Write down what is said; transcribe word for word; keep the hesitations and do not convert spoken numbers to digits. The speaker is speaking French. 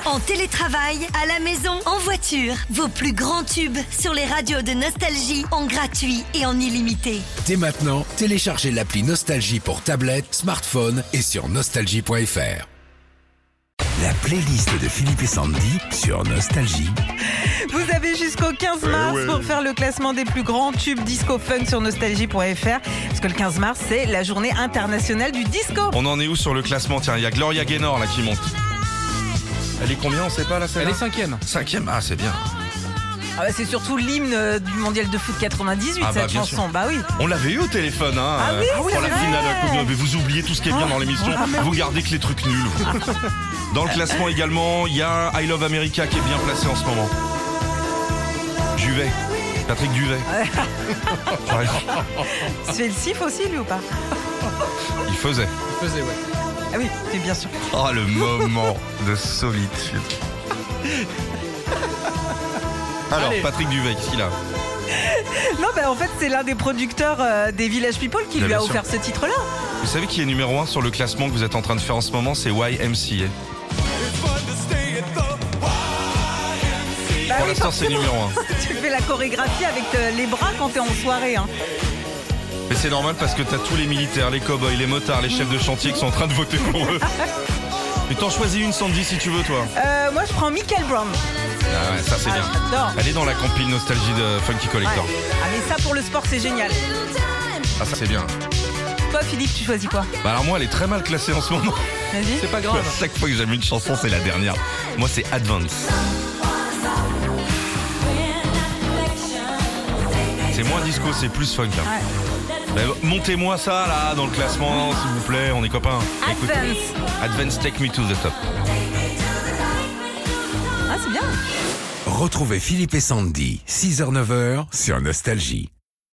En télétravail, à la maison, en voiture. Vos plus grands tubes sur les radios de Nostalgie en gratuit et en illimité. Dès maintenant, téléchargez l'appli Nostalgie pour tablette, smartphone et sur nostalgie point f r. La playlist de Philippe et Sandy sur Nostalgie. Vous avez jusqu'au quinze mars ouais, ouais. pour faire le classement des plus grands tubes disco funk sur nostalgie point f r. Parce que le quinze mars, c'est la journée internationale du disco. On en est où sur le classement? Tiens, il y a Gloria Gaynor là qui monte. Elle est combien, on sait pas là, celle-là? Elle est cinquième. Cinquième, ah c'est bien. Ah bah, c'est surtout l'hymne euh, du mondial de foot quatre-vingt-dix-huit, Ah bah, cette bien chanson. sûr. Bah oui. On l'avait eu au téléphone, hein, Ah oui, euh, c'est pour la vrai. finale de la Coupe du Monde. Mais vous oubliez tout ce qui est bien dans l'émission. Vous gardez que les trucs nuls. vous. Dans le classement également, il y a I Love America qui est bien placé en ce moment. Duvet. Patrick Duvet. Ouais, Tu fais le sif aussi, lui, ou pas? il faisait. Il faisait, ouais. Ah oui, c'est bien sûr. Oh, le moment de solitude. Alors, Allez. Patrick Duvet, qu'est-ce qu'il a? Non, bah en fait, c'est l'un des producteurs euh, des Village People qui Bien lui a sûr. offert ce titre-là. Vous savez qui est numéro un sur le classement que vous êtes en train de faire en ce moment? C'est Y M C A. Bah Pour oui, l'instant, c'est forcément. numéro un. Tu fais la chorégraphie avec euh, les bras quand t'es en soirée. Hein. Mais c'est normal parce que t'as tous les militaires, les cow-boys, les motards, les chefs de chantier qui sont en train de voter pour eux. Mais t'en choisis une, Sandy, si tu veux, toi. Euh, moi, je prends Michael Brown. Ah ouais, ça c'est Ah, bien. j'adore. Elle est dans la compile nostalgie de Funky Collector. Ouais. Ah, mais ça, pour le sport, c'est génial. Ah, ça c'est bien. Toi, Philippe, tu choisis quoi? Bah alors moi, elle est très mal classée en ce moment. Vas-y. C'est pas grave. À chaque fois que j'aime une chanson, c'est la dernière. Moi, c'est Advance. C'est moins disco, c'est plus funk. Hein. Ouais. Bah, montez-moi ça là dans le classement, s'il vous plaît, on est copains. Écoutez. Advance. Advance, take me to the top. Ah, c'est bien. Retrouvez Philippe et Sandy, six heures neuf heures sur Nostalgie.